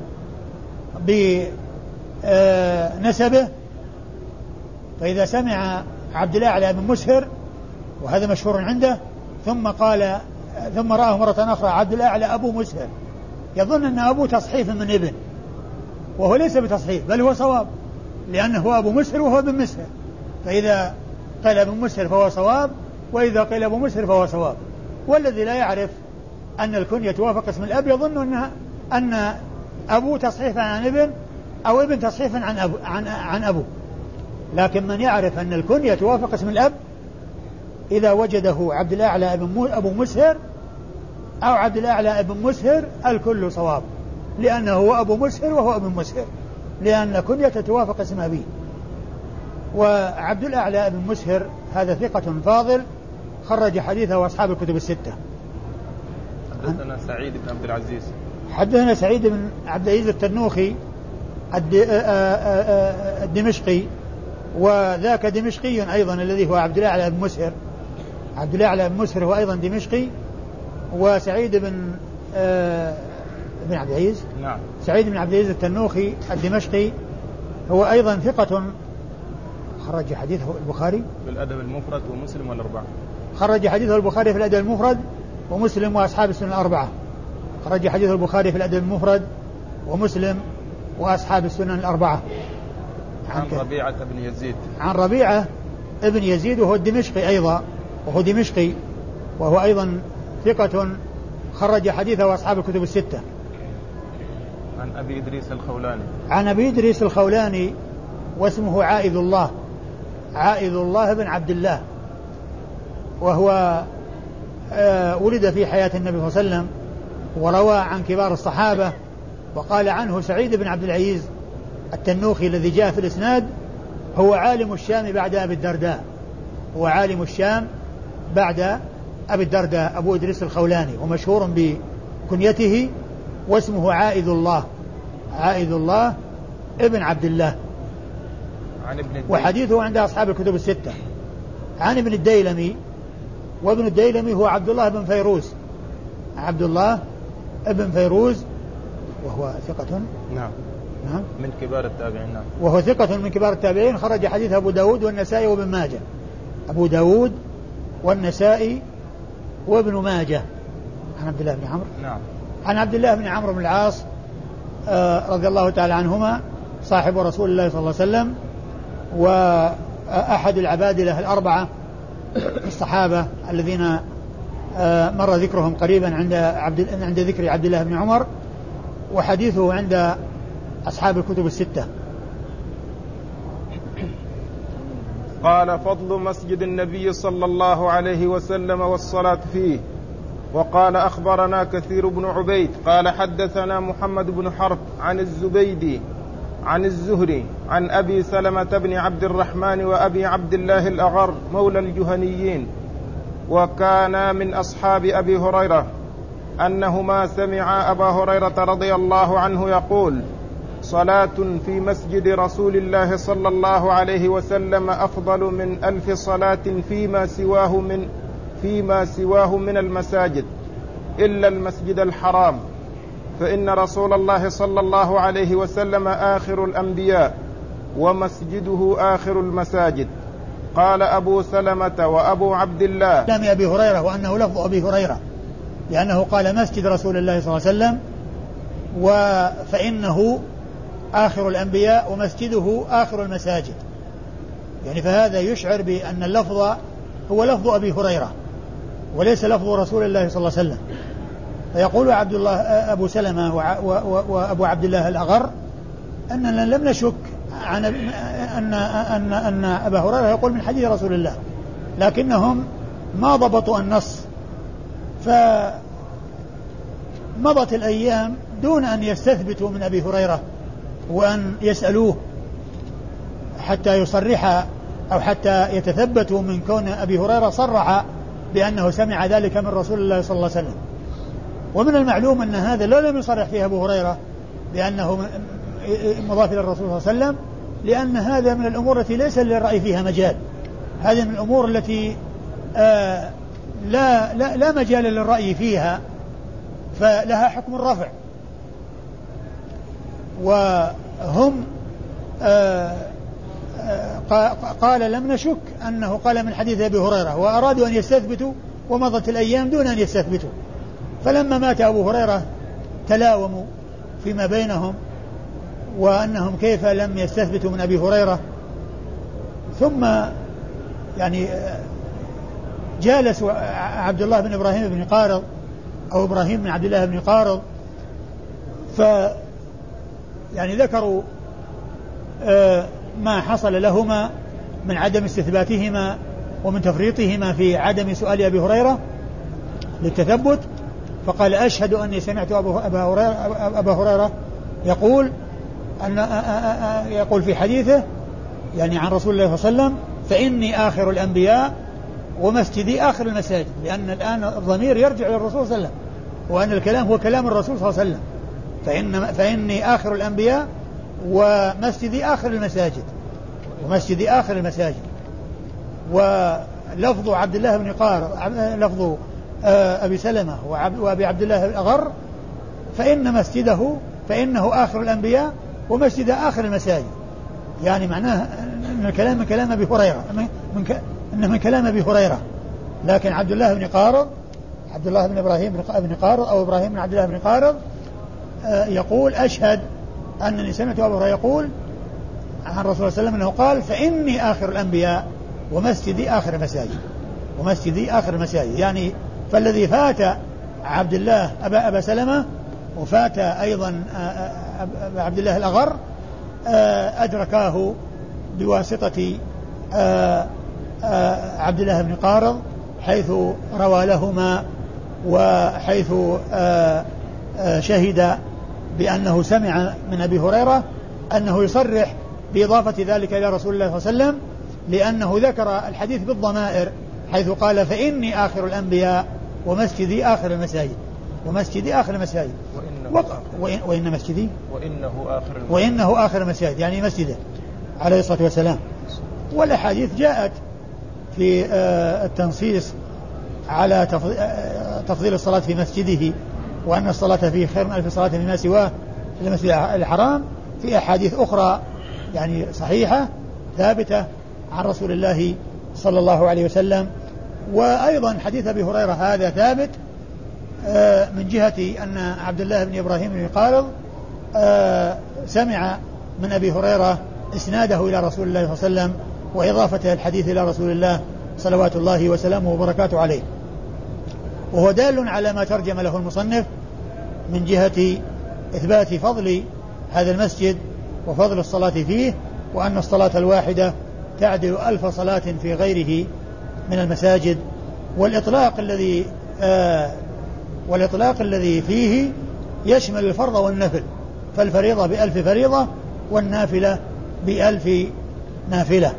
بنسبه، فإذا سمع عبد الأعلى بن مسهر وهذا مشهور عنده ثم قال ثم رآه مرة أخرى عبد الأعلى أبو مسهر، يظن أن أبو تصحيف من ابن، وهو ليس بتصحيف بل هو صواب، لأنه أبو مسهر وهو ابن مسهر، فإذا قال ابن مسهر فهو صواب، وإذا قيل أبو مسهر فهو صواب. والذي لا يعرف أن الكنية توافق اسم الأب يظن أنها أن أبو تصحيفا عن ابن أو ابن تصحيفا عن أبو, عن, عن أبو. لكن من يعرف أن الكنية توافق اسم الأب إذا وجده عبد الأعلى أبو مسهر أو عبد الأعلى ابن مسهر الكل صواب، لأنه هو أبو مسهر وهو ابن مسهر، لأن كنية توافق اسم أبيه. وعبد الأعلى ابن مسهر هذا ثقة فاضل خرج حديثه أصحاب الكتب الستة. حدثنا سعيد بن عبد العزيز حدثنا سعيد بن عبد العزيز التنوخي الدمشقي، وذاك دمشقي أيضا الذي هو عبد الأعلى بن مسهر. عبد الأعلى بن مسهر هو أيضا دمشقي. وسعيد بن بن عبد العزيز نعم سعيد بن عبد العزيز التنوخي الدمشقي هو أيضا ثقة خرج حديثه البخاري في الأدب المفرد ومسلم والأربعة. خرج حديثه البخاري في الأدب المفرد ومسلم وأصحاب السنن الأربعة. خرج حديث البخاري في الأدب المفرد ومسلم وأصحاب السنن الأربعة. عن ربيعة بن يزيد عن ربيعة ابن يزيد وهو الدمشقي أيضا وهو دمشقي وهو أيضا ثقة خرج حديثه أصحاب الكتب الستة. عن أبي إدريس الخولاني عن أبي إدريس الخولاني واسمه عائذ الله عائذ الله بن عبد الله، وهو آه ولد في حياة النبي صلى الله عليه وسلم، وروى عن كبار الصحابة. وقال عنه سعيد بن عبد العزيز التنوخي الذي جاء في الإسناد هو عالم الشام بعد أبي الدرداء هو عالم الشام بعد أبي الدرداء أبو إدريس الخولاني، ومشهور بكنيته واسمه عائذ الله عائذ الله ابن عبد الله. عن ابن وحديثه عند أصحاب الكتب الستة. عن ابن الديلمي، وابن الديلمي هو عبد الله بن فيروز عبد الله ابن فيروز وهو ثقة نعم نعم من كبار التابعين نعم وهو ثقة من كبار التابعين. خرج حديث أبو داود والنسائي وابن ماجه أبو داود والنسائي وابن ماجه. عن عبد الله بن عمرو نعم عن عبد الله بن عمرو بن العاص آه رضي الله تعالى عنهما صاحب رسول الله صلى الله عليه وسلم وأحد العبادلة الأربعة الصحابة الذين آه مر ذكرهم قريبا عند عبد عند ذكر عبد الله بن عمر، وحديثه عند أصحاب الكتب الستة. قال فضل مسجد النبي صلى الله عليه وسلم والصلاة فيه. وقال أخبرنا كثير بن عبيد قال حدثنا محمد بن حرب عن الزبيدي عن الزهري عن أبي سلمة بن عبد الرحمن وأبي عبد الله الأغر مولى الجهنيين، وكان من أصحاب أبي هريرة، أنهما سمعا أبا هريرة رضي الله عنه يقول: صلاة في مسجد رسول الله صلى الله عليه وسلم أفضل من ألف صلاة فيما سواه من فيما سواه من المساجد إلا المسجد الحرام، فإن رسول الله صلى الله عليه وسلم آخر الأنبياء ومسجده آخر المساجد. قال أبو سلمة وأبو عبد الله كلام أبي هريرة، وأنه لفظ أبي هريرة، لأنه قال مسجد رسول الله صلى الله عليه وسلم فإنه آخر الأنبياء ومسجده آخر المساجد، يعني فهذا يشعر بأن اللفظ هو لفظ أبي هريرة وليس لفظ رسول الله صلى الله عليه وسلم. فيقول عبد الله أبو سلمة وأبو عبد الله الأغر أننا لم نشك عن أن أن أن أبا هريرة يقول من حديث رسول الله، لكنهم ما ضبطوا النص، فمضت الأيام دون أن يستثبتوا من أبي هريرة وأن يسألوه حتى يصرح أو حتى يتثبتوا من كون أبي هريرة صرح بأنه سمع ذلك من رسول الله صلى الله عليه وسلم. ومن المعلوم أن هذا لا لم يصرح فيه أبو هريرة بأنه مضاف إلى الرسول صلى الله عليه وسلم، لأن هذا من الأمور التي ليس للرأي فيها مجال. هذه من الأمور التي آه لا, لا, لا مجال للرأي فيها، فلها حكم الرفع. وهم آه آه قال لم نشك أنه قال من حديث أبي هريرة، وأرادوا أن يستثبتوا ومضت الأيام دون أن يستثبتوا، فلما مات أبو هريرة تلاوموا فيما بينهم وأنهم كيف لم يستثبتوا من أبي هريرة. ثم يعني جالس عبد الله بن إبراهيم بن قارض أو إبراهيم بن عبد الله بن قارض، ف يعني ذكروا ما حصل لهما من عدم استثباتهما ومن تفريطهما في عدم سؤال أبي هريرة للتثبت. فقال أشهد أني سمعت أبا هريرة, أبا هريرة يقول أن يقول في حديثه يعني عن رسول الله صلى الله عليه وسلم فإني آخر الأنبياء ومسجدي آخر المساجد، لأن الآن الضمير يرجع إلى الرسول صلى الله عليه وسلم، وأن الكلام هو كلام الرسول صلى الله عليه وسلم. فإن فإني آخر الأنبياء ومسجدي آخر المساجد ومسجدي آخر المساجد. ولفظ عبد الله بن قار لفظ أبي سلمة وأبي عبد الله الأغر فإن مسجده فإنه آخر الأنبياء ومسجد آخر المساجد، يعني معناه أن الكلام من كلام أبي هريرة من ك... إنه من كلام أبي هريرة. لكن عبد الله بن قارض عبد الله بن إبراهيم بن قارض أو إبراهيم بن عبد الله بن قارض يقول أشهد أنني سمعت أبو هريرة يقول عن رسول الله صلى الله عليه وسلم أنه قال فإني آخر الأنبياء ومسجدي آخر المساجد ومسجدي آخر المساجد. يعني فالذي فات عبد الله أبا, أبا سلمة وفات أيضا عبد الله الأغر أدركاه بواسطة عبد الله بن قارض حيث روى لهما وحيث شهد بأنه سمع من أبي هريرة أنه يصرح بإضافة ذلك إلى رسول الله صلى الله عليه وسلم، لأنه ذكر الحديث بالضمائر حيث قال فإني آخر الأنبياء ومسجدي آخر المساجد ومسجدي آخر المساجد وإنه, وإن, وإن مسجدي وإنه آخر المساجد وإنه آخر المساجد يعني مسجده عليه الصلاة والسلام. والأحاديث جاءت في التنصيص على تفضيل الصلاة في مسجده وأن الصلاة فيه خير من ألف صلاة فيما سواه في المسجد الحرام، في أحاديث أخرى يعني صحيحة ثابتة عن رسول الله صلى الله عليه وسلم. وأيضا حديث أبي هريرة هذا ثابت من جهة أن عبد الله بن إبراهيم بن قارض سمع من أبي هريرة إسناده إلى رسول الله صلى الله عليه وسلم وإضافة الحديث إلى رسول الله صلوات الله وسلامه وبركاته عليه، وهو دال على ما ترجم له المصنف من جهة إثبات فضل هذا المسجد وفضل الصلاة فيه، وأن الصلاة الواحدة تعدل ألف صلاة في غيره من المساجد. والإطلاق الذي آه والإطلاق الذي فيه يشمل الفرض والنفل، فالفريضة بألف فريضة والنافلة بألف نافلة.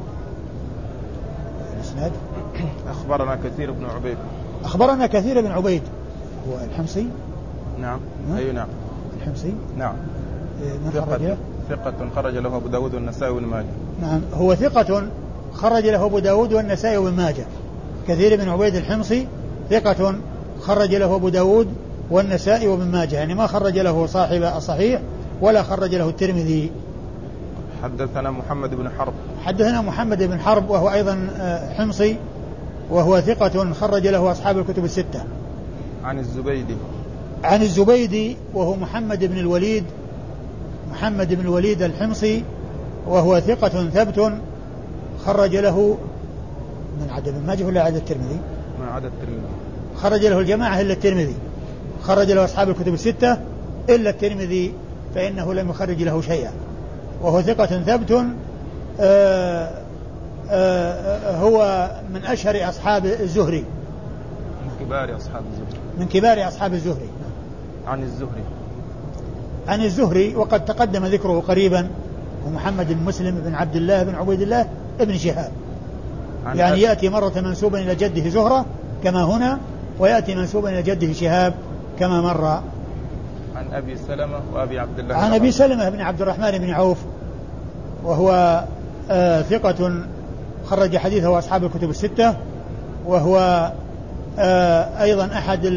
الإسناد أخبرنا كثير بن عبيد أخبرنا كثير بن عبيد هو الحمصي. نعم أي نعم الحمصي نعم من خرج له ثقة خرج له أبو داود والنسائي وابن ماجه. نعم هو ثقة خرج له أبو داود والنسائي وابن ماجه. كثير بن عبيد الحمصي ثقة خرج له أبو داود والنسائي وابن ماجه، يعني ما خرج له صاحب الصحيح ولا خرج له الترمذي. حدثنا محمد بن حرب حدثنا محمد بن حرب وهو أيضا حمصي وهو ثقة خرج له أصحاب الكتب الستة. عن الزبيدي عن الزبيدي وهو محمد بن الوليد محمد بن الوليد الحمصي وهو ثقة ثبت خرج له من عدد ابن ماجه ولا عدد الترمذي؟ من عدد الترمذي. خرج له الجماعة إلا الترمذي، خرج له أصحاب الكتب الستة إلا الترمذي فإنه لم يخرج له شيئا، وهو ثقة ثبت آآ آآ هو من أشهر أصحاب الزهري من كبار أصحاب الزهري من كبار أصحاب الزهري. عن الزهري عن الزهري وقد تقدم ذكره قريبا، ومحمد بن مسلم بن عبد الله بن عبيد الله ابن شهاب، يعني أب... يأتي مرة منسوبا إلى جده زهرة كما هنا، ويأتي منسوبا إلى جده شهاب كما مر. عن أبي سلمة وأبي عبد الله عن أبي سلمة بن عبد الرحمن بن عوف وهو آه ثقة خرج حديثه أصحاب الكتب الستة، وهو آه أيضا أحد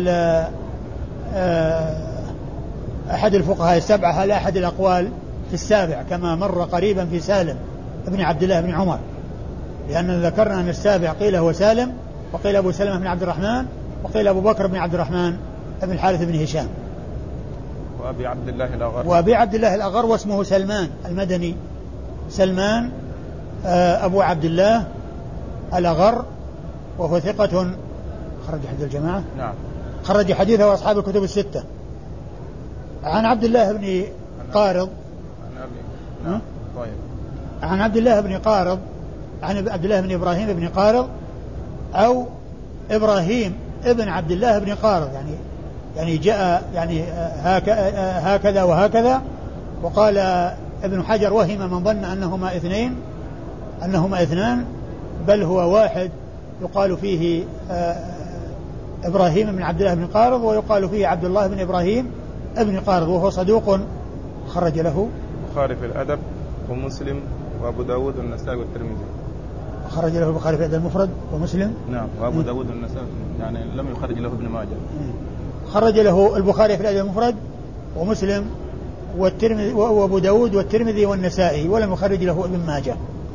آه أحد الفقهاء السبعة على أحد الأقوال في السابع كما مر قريبا في سالم بن عبد الله بن عمر، لأن ذكرنا أن السابع قيل هو سالم، وقيل أبو سلمة بن عبد الرحمن، وقيل أبو بكر بن عبد الرحمن بن الحارث بن هشام، وأبي عبد الله الأغر وأبي عبد الله الأغر واسمه سلمان المدني، سلمان أبو عبد الله الأغر، وهو ثقة خرج حديث الجماعة. نعم. خرج حديثه أصحاب الكتب الستة. عن عبد الله بن قارض عن أبي نعم. طيب. عن عبد الله بن قارض عن عبد الله بن إبراهيم بن قارض أو إبراهيم ابن عبد الله بن قارض، يعني يعني جاء يعني هكذا وهكذا. وقال ابن حجر وهم من ظن أنهما اثنين أنهما اثنان بل هو واحد، يقال فيه إبراهيم بن عبد الله بن قارض ويقال فيه عبد الله بن إبراهيم ابن قارض، وهو صدوق خرج له البخاري في الأدب ومسلم وأبو داود والنسائي والترمذي. خرج له البخاري في الأدب المفرد ومسلم. نعم. وأبو داود والنسائي يعني لم يخرج له ابن ماجه. خرج له البخاري في الأدب المفرد ومسلم والترمذي وأبو داود والترمذي والنسائي، ولم يخرج له ابن ماجه.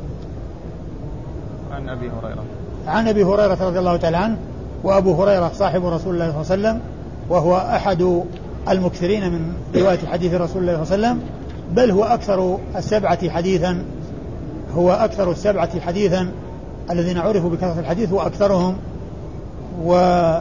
عن أبي هريرة عن أبي هريرة رضي الله تعالى عنه، وأبو هريرة صاحب رسول الله صلى الله عليه وسلم، وهو أحد المكثرين من رواية حديث رسول الله صلى الله عليه وسلم، بل هو أكثر السبعة حديثا هو أكثر السبعة حديثا الذين عرفوا بكثرة الحديث وأكثرهم، و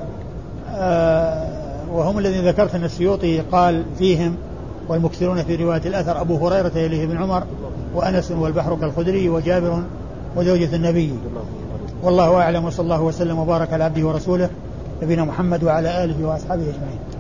وهم الذين ذكرت أن السيوطي قال فيهم والمكثرون في رواية الأثر أبو هريرة إليه بن عمر وأنس والبحر كالخدري وجابر وزوجة النبي. والله أعلم، وصلى الله وسلم وبارك على عبده ورسوله نبينا محمد وعلى آله وأصحابه أجمعين.